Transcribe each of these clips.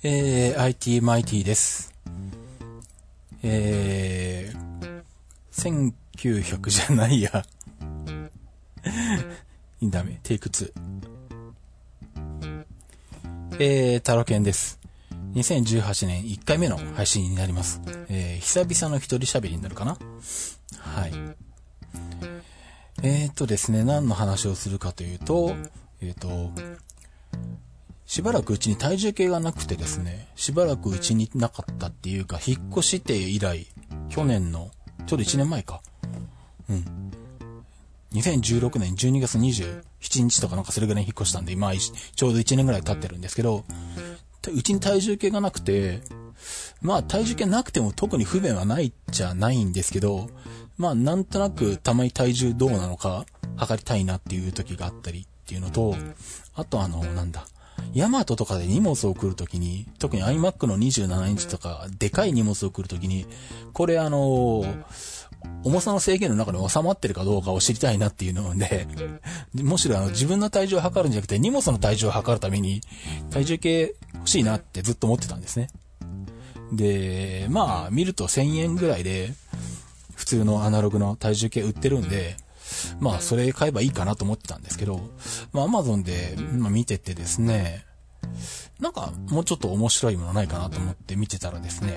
IT マイティです。1900じゃないや。いいんだめ、テイク2。タロケンです。2018年1回目の配信になります。久々の一人喋りになるかな。はい。ですね、何の話をするかというと、しばらくうちに体重計がなくてですね、しばらくうちになかったっていうか、引っ越して以来、去年の、ちょうど1年前か。2016年12月27日とかなんかそれぐらいに引っ越したんで、今、ちょうど1年ぐらい経ってるんですけど、うちに体重計がなくて、まあ体重計なくても特に不便はないじゃないんですけど、まあなんとなくたまに体重どうなのか測りたいなっていう時があったりっていうのと、あとヤマトとかで荷物を送るときに、特に iMac の27インチとか、でかい荷物を送るときに、これ重さの制限の中で収まってるかどうかを知りたいなっていうので、むしろ自分の体重を測るんじゃなくて、荷物の体重を測るために、体重計欲しいなってずっと思ってたんですね。で、まあ、見ると1000円ぐらいで、普通のアナログの体重計売ってるんで、まあ、それ買えばいいかなと思ってたんですけど、まあ、Amazon で、見ててですね、なんか、もうちょっと面白いものないかなと思って見てたらですね、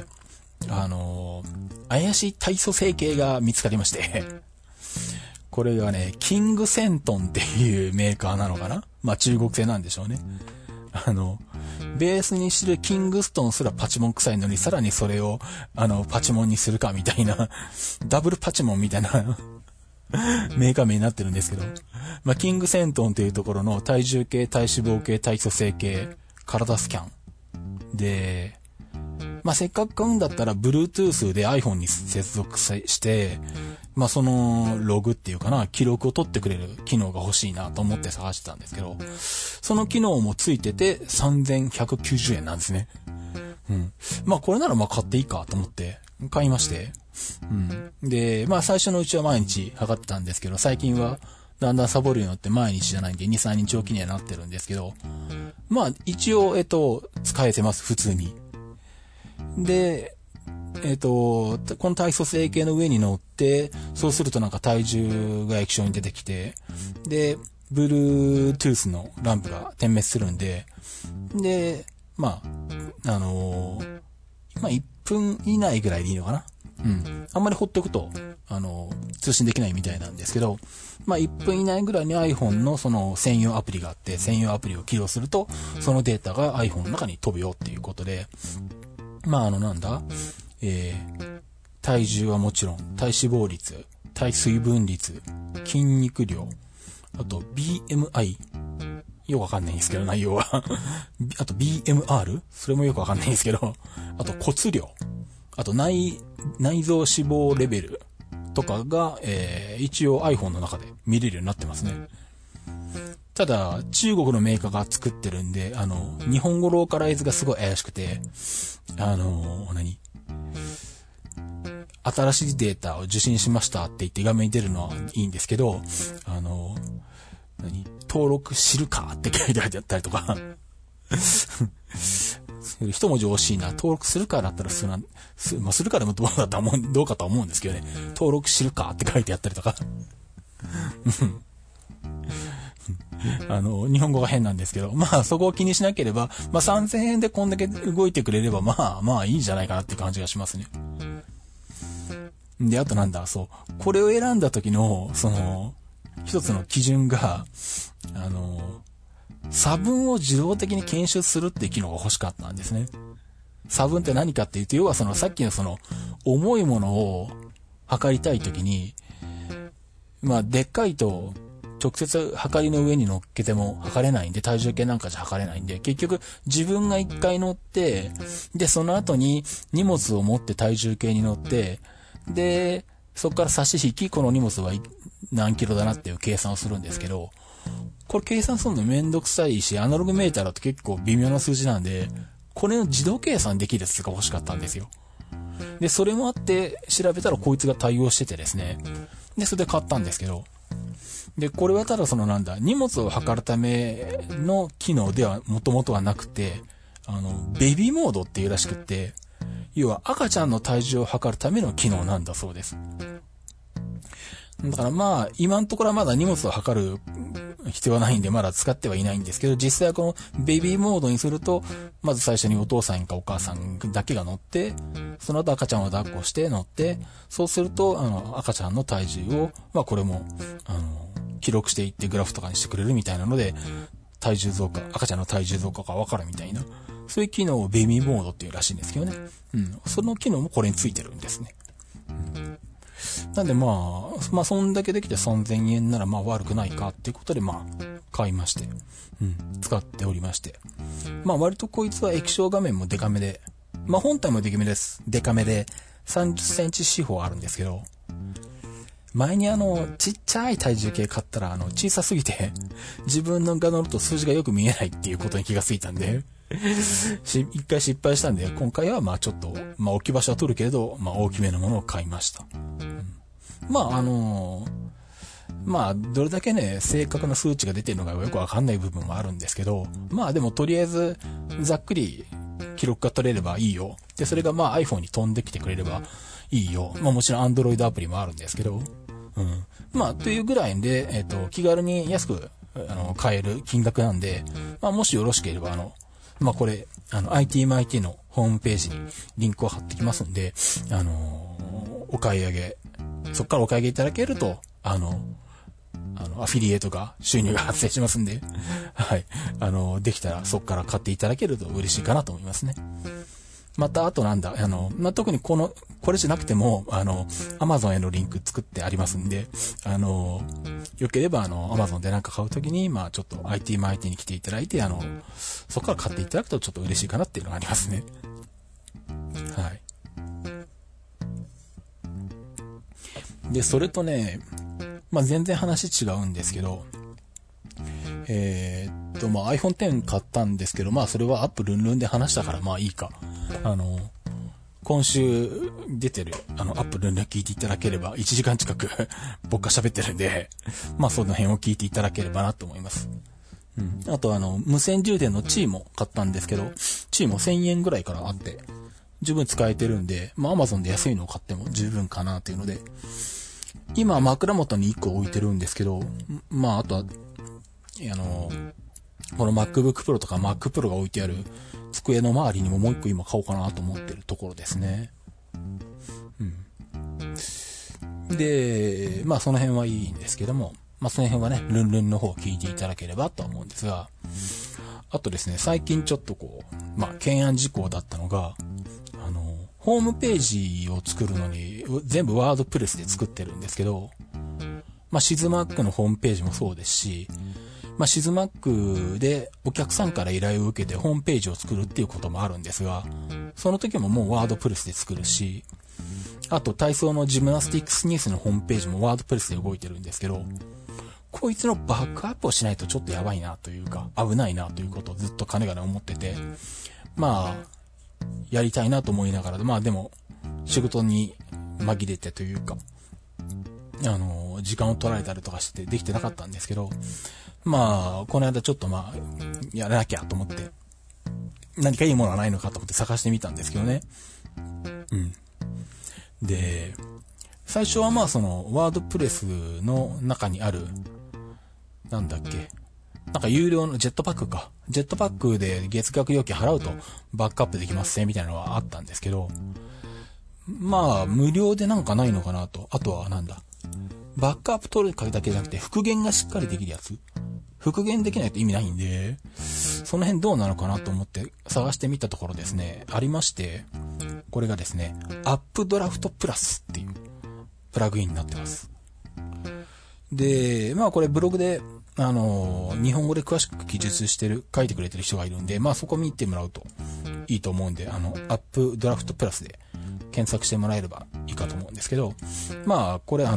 怪しい体組成計が見つかりまして、これがね、キングセントンっていうメーカーなのかな？まあ、中国製なんでしょうね。ベースにしてるキングストンすらパチモン臭いのに、さらにそれを、パチモンにするかみたいな、ダブルパチモンみたいな、メーカー名になってるんですけど、まあ、キングセントンというところの体重計、体脂肪計、体組成計、体スキャン。で、まあ、せっかく買うんだったら、Bluetooth で iPhone に接続して、まあ、その、ログっていうかな、記録を取ってくれる機能が欲しいなと思って探してたんですけど、その機能もついてて、3190円なんですね。まあ、これならまあ買っていいかと思って、買いまして。で、まあ、最初のうちは毎日測ってたんですけど、最近は、だんだんサボるようになって毎日じゃないんで、2、3日おきにはなってるんですけど、まあ、一応、使えてます、普通に。で、この体組成計の上に乗って、そうするとなんか体重が液晶に出てきて、で、Bluetooth のランプが点滅するんで、で、まあ、まあ、1分以内ぐらいでいいのかな。あんまりほっとくと、通信できないみたいなんですけど、まあ、1分以内ぐらいに iPhone のその専用アプリがあって、専用アプリを起動すると、そのデータが iPhone の中に飛ぶよっていうことで、まあ、体重はもちろん、体脂肪率、体水分率、筋肉量、あと BMI、よくわかんないんですけど、内容は。あと BMR? それもよくわかんないんですけど、あと骨量、あと内臓脂肪レベルとかが、一応 iPhone の中で見れるようになってますね。ただ、中国のメーカーが作ってるんで、日本語ローカライズがすごい怪しくて、新しいデータを受信しましたって言って画面に出るのはいいんですけど、登録知るかって書いてあったりとか、一文字惜しいな、登録するかだったらするかでもどうかとは思うんですけどね、登録知るかって書いてあったりとか、日本語が変なんですけど、まあそこを気にしなければ、まあ3000円でこんだけ動いてくれれば、まあいいんじゃないかなって感じがしますね。で、あとこれを選んだ時の、一つの基準が、差分を自動的に検出するっていう機能が欲しかったんですね。差分って何かっていうと、要はさっきの重いものを測りたい時に、まあ、でっかいと、直接測りの上に乗っけても測れないんで、体重計なんかじゃ測れないんで、結局自分が一回乗って、で、その後に荷物を持って体重計に乗って、で、そこから差し引き、この荷物は何キロだなっていう計算をするんですけど、これ計算するのめんどくさいし、アナログメーターだと結構微妙な数字なんで、これの自動計算できるやつが欲しかったんですよ。で、それもあって調べたらこいつが対応しててですね。で、それで買ったんですけど、で、これはただ荷物を測るための機能では元々はなくて、 ベビーモードっていうらしくって、要は赤ちゃんの体重を測るための機能なんだそうです。だからまあ、今のところはまだ荷物を測る必要はないんで、まだ使ってはいないんですけど、実際はこのベビーモードにすると、まず最初にお父さんかお母さんだけが乗って、その後赤ちゃんを抱っこして乗って、そうすると、赤ちゃんの体重を、まあこれも、記録していってグラフとかにしてくれるみたいなので、体重増加、赤ちゃんの体重増加がわかるみたいな、そういう機能をベビーモードっていうらしいんですけどね。その機能もこれについてるんですね。なんでまあそんだけできて3000円ならまあ悪くないかっていうことでまあ買いまして、使っておりまして。まあ割とこいつは液晶画面もデカめで、まあ本体もデカめです。デカめで30センチ四方あるんですけど、前にちっちゃい体重計買ったら小さすぎて自分のが乗ると数字がよく見えないっていうことに気がついたんで、一回失敗したんで、今回はまあちょっと、まあ置き場所は取るけれど、まあ大きめのものを買いました。まあまあどれだけね、正確な数値が出てるのかよくわかんない部分もあるんですけど、まあでもとりあえずざっくり記録が取れればいいよ。で、それがまあ iPhone に飛んできてくれればいいよ。まあもちろん Android アプリもあるんですけど、まあというぐらいで、気軽に安く買える金額なんで、まあもしよろしければまあこれ、ITMIT のホームページにリンクを貼ってきますんで、お買い上げ、そっからお買い上げいただけると、アフィリエイトが収入が発生しますんで、はい。できたらそっから買っていただけると嬉しいかなと思いますね。また、あとなんだ、まあ、特にこれじゃなくても、Amazon へのリンク作ってありますんで、よければ、Amazon でなんか買うときに、まあ、ちょっと ITMIT に来ていただいて、そこから買っていただくとちょっと嬉しいかなっていうのがありますね。はい。で、それとね、まあ、全然話違うんですけど、まあ、iPhone X 買ったんですけど、まあ、それはアップルンルンで話したから、まあいいか。今週出てる、アップルンルン聞いていただければ、1時間近く僕が喋ってるんで、まあ、その辺を聞いていただければなと思います。あと、無線充電のチーも買ったんですけど、チーも1000円ぐらいからあって、十分使えてるんで、まあ、Amazon で安いのを買っても十分かなというので、今、枕元に1個置いてるんですけど、まあ、あとは、この MacBook Pro とか Mac Pro が置いてある机の周りにももう一個今買おうかなと思ってるところですね。で、まあその辺はいいんですけども、まあその辺はね、ルンルンの方を聞いていただければと思うんですが、あとですね、最近ちょっとまあ懸案事項だったのが、ホームページを作るのに全部ワードプレスで作ってるんですけど、まあシズマックのホームページもそうですし、まあ、シズマックでお客さんから依頼を受けてホームページを作るっていうこともあるんですが、その時ももうワードプレスで作るし、あと体操のジムナスティックスニースのホームページもワードプレスで動いてるんですけど、こいつのバックアップをしないとちょっとやばいなというか、危ないなということをずっとかねがね思ってて、まあ、やりたいなと思いながら、まあでも、仕事に紛れてというか、時間を取られたりとかしてできてなかったんですけど、まあ、この間ちょっとまあ、やらなきゃと思って、何かいいものはないのかと思って探してみたんですけどね。で、最初はまあワードプレスの中にある、なんだっけ、なんか有料のジェットパックか。ジェットパックで月額料金払うとバックアップできますね、みたいなのはあったんですけど、まあ、無料でなんかないのかなと。あとはなんだ。バックアップ取るだけじゃなくて復元がしっかりできるやつ。復元できないと意味ないんで、その辺どうなのかなと思って探してみたところですね、ありまして、これがですね、アップドラフトプラスっていうプラグインになってます。で、まあこれブログで、日本語で詳しく記述してる、書いてくれてる人がいるんで、まあそこ見てもらうといいと思うんで、アップドラフトプラスで検索してもらえればいいかと思うんですけど、まあこれ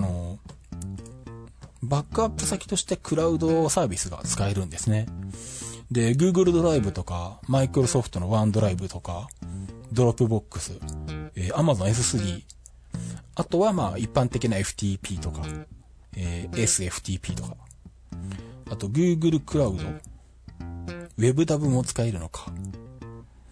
バックアップ先としてクラウドサービスが使えるんですね。で、Google ドライブとか、Microsoft の OneDrive とか、Dropbox、Amazon S3、あとはまあ一般的な FTP とか、SFTP とか、あと Google クラウド、WebDAV も使えるのか。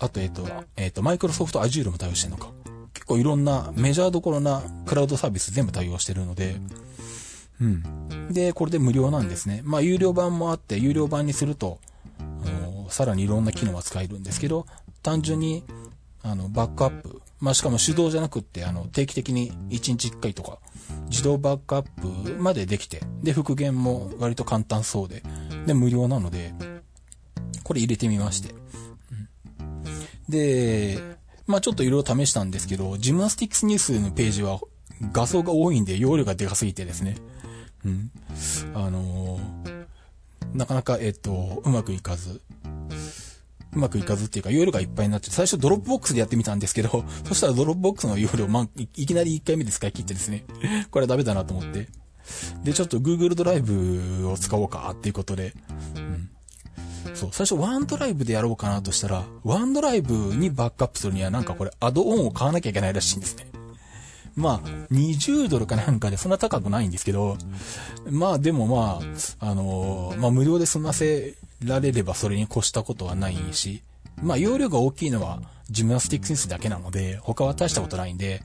あとマイクロソフト Azure も対応してるのか。結構いろんなメジャーどころなクラウドサービス全部対応してるので、で、これで無料なんですね。有料版もあって、有料版にすると、さらにいろんな機能が使えるんですけど、単純に、バックアップ。しかも手動じゃなくって、定期的に1日1回とか、自動バックアップまでできて、で、復元も割と簡単そうで、で、無料なので、これ入れてみまして。で、ちょっといろいろ試したんですけど、ジムナスティックスニュースのページは画像が多いんで、容量がでかすぎてですね。なかなか、うまくいかずっていうか、容量がいっぱいになって、最初ドロップボックスでやってみたんですけど、そしたらドロップボックスの容量、いきなり1回目で使い切ってですね、これはダメだなと思って。で、ちょっと Google ドライブを使おうかっていうことで、そう、最初ワンドライブでやろうかなとしたら、ワンドライブにバックアップするにはなんかこれアドオンを買わなきゃいけないらしいんですね。20ドルかなんかでそんな高くないんですけど、でも無料で済ませられればそれに越したことはないし、容量が大きいのはジムナスティックスニュースだけなので、他は大したことないんで、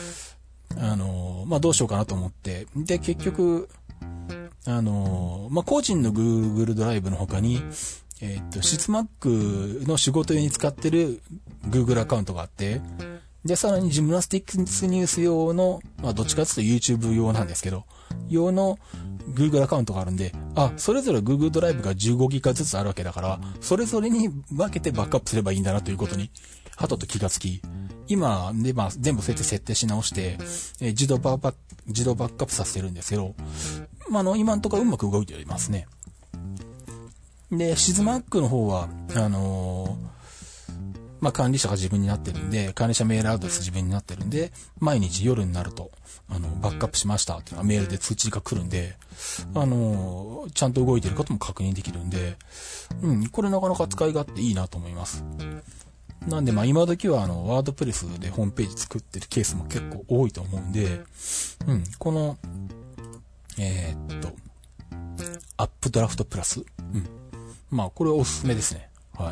どうしようかなと思って、で、結局、個人の Google ドライブの他に、シスマックの仕事用に使ってる Google アカウントがあって、で、さらにジムナスティックスニュース用の、どっちかというと YouTube 用なんですけど、用の Google アカウントがあるんで、それぞれ Google ドライブが15ギガずつあるわけだから、それぞれに分けてバックアップすればいいんだなということに、はとと気がつき、今、で、全部そうやって設定し直して、自動バックアップさせてるんですけど、今んところうまく動いておりますね。で、シズマックの方は、管理者が自分になってるんで、管理者メールアドレス自分になってるんで、毎日夜になると、バックアップしましたっていうのがメールで通知が来るんで、ちゃんと動いてることも確認できるんで、これなかなか使い勝手いいなと思います。なんで、今時はワードプレスでホームページ作ってるケースも結構多いと思うんで、この、アップドラフトプラス、これはおすすめですね。はい。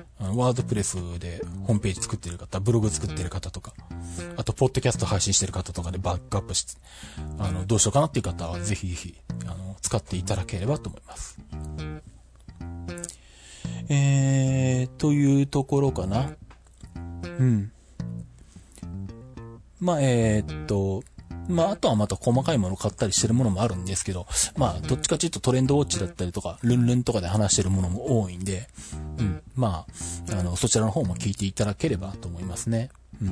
ワードプレスでホームページ作ってる方、ブログ作ってる方とか、あと、ポッドキャスト配信してる方とかでバックアップして、どうしようかなっていう方は、ぜひぜひ、使っていただければと思います。というところかな。あとはまた細かいものを買ったりしてるものもあるんですけど、どっちかというとトレンドウォッチだったりとか、ルンルンとかで話してるものも多いんで、そちらの方も聞いていただければと思いますね。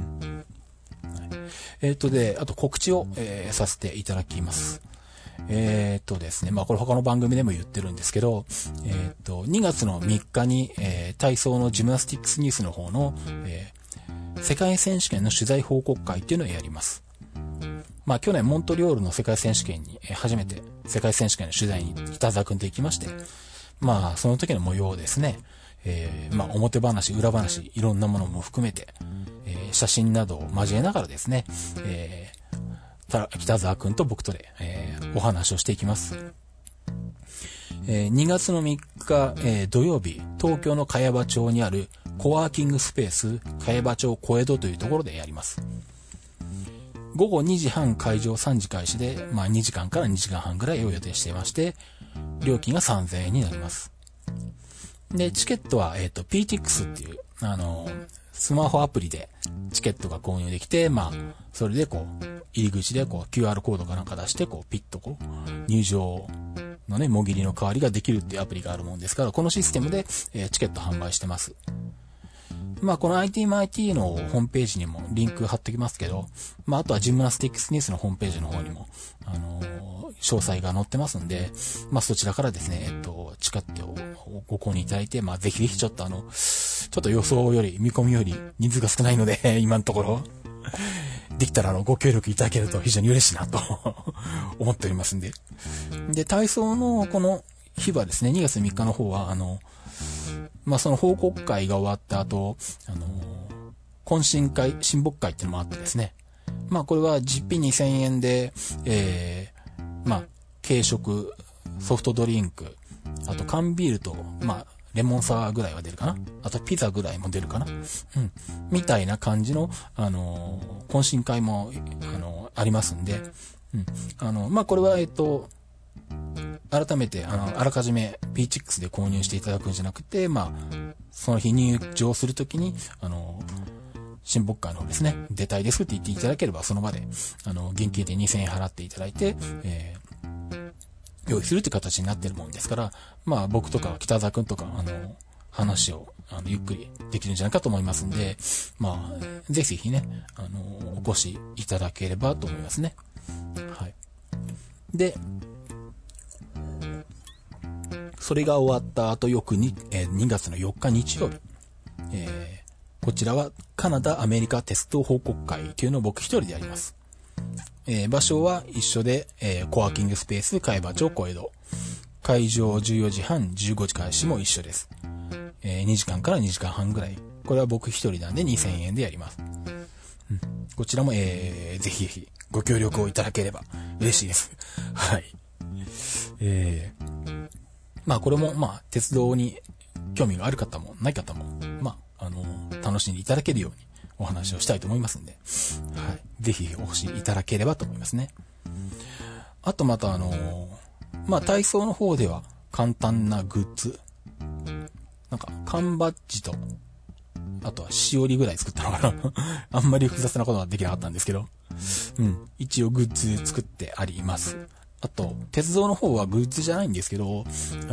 で、あと告知を、させていただきます。ですね、これ他の番組でも言ってるんですけど、2月の3日に、体操のジムナスティックスニュースの方の、世界選手権の取材報告会っていうのをやります。去年モントリオールの世界選手権に、初めて世界選手権の取材に北澤くんと行きまして、その時の模様をですね、表話、裏話、いろんなものも含めて、写真などを交えながらですね、北澤くんと僕とで、お話をしていきます。2月の3日、土曜日、東京の茅場町にあるコワーキングスペース、茅場町小江戸というところでやります。午後2時半会場3時開始で、2時間から2時間半ぐらいを予定していまして、料金が3000円になります。で、チケットは、PTX っていう、スマホアプリでチケットが購入できて、それで入り口でQR コードかなんか出して、ピッと入場のね、もぎりの代わりができるっていうアプリがあるもんですから、このシステムで、チケット販売してます。この ITMIT のホームページにもリンク貼ってきますけど、あとはジムナスティックスニュースのホームページの方にも、詳細が載ってますんで、そちらからですね、チケットをご購入いただいて、ぜひぜひちょっと予想より、見込みより人数が少ないので、今のところ、できたらご協力いただけると非常に嬉しいなと思っておりますんで。で、体操のこの日はですね、2月3日の方は、その報告会が終わった後、懇親会、親睦会っていうのもあってですね。これは実費2000円で、軽食、ソフトドリンク、あと缶ビールと、 レモンサワーぐらいは出るかな。あとピザぐらいも出るかな。みたいな感じの、懇親会も、ありますんで、これは、改めて、あらかじめ P-Chicks で購入していただくんじゃなくて、その日入場するときに、親睦会の方ですね、出たいですって言っていただければ、その場で、現金で2000円払っていただいて、用意するって形になってるもんですから、僕とか北澤くんとか、話を、ゆっくりできるんじゃないかと思いますんで、ぜひぜひね、お越しいただければと思いますね。はい。で、それが終わった後、翌に、2月の4日日曜日、こちらはカナダ・アメリカ鉄道報告会というのを僕一人でやります。場所は一緒で、コワーキングスペース海馬町小江戸。会場14時半、15時開始も一緒です。2時間から2時間半ぐらい。これは僕一人なんで2000円でやります。こちらも、ぜひぜひご協力をいただければ嬉しいです。はい。これも、鉄道に興味がある方もない方も、楽しんでいただけるようにお話をしたいと思いますんで、はい。ぜひお越しいただければと思いますね。あとまた体操の方では簡単なグッズ。缶バッジと、あとはしおりぐらい作ったのかな。あんまり複雑なことはできなかったんですけど、一応グッズ作ってあります。あと、鉄道の方はグッズじゃないんですけど、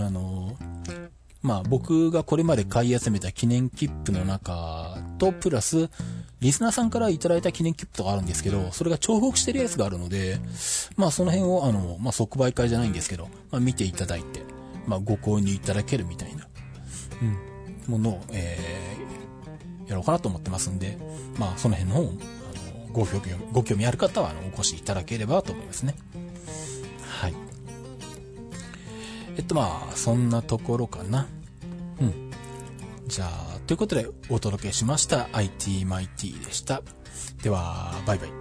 僕がこれまで買い集めた記念切符の中と、プラス、リスナーさんからいただいた記念切符とかあるんですけど、それが重複してるやつがあるので、その辺を、即売会じゃないんですけど、見ていただいて、ご購入いただけるみたいな、ものを、やろうかなと思ってますんで、その辺の方も、ご興味ある方は、お越しいただければと思いますね。はい。そんなところかな。じゃあ、ということでお届けしました IT マイティでした。では、バイバイ。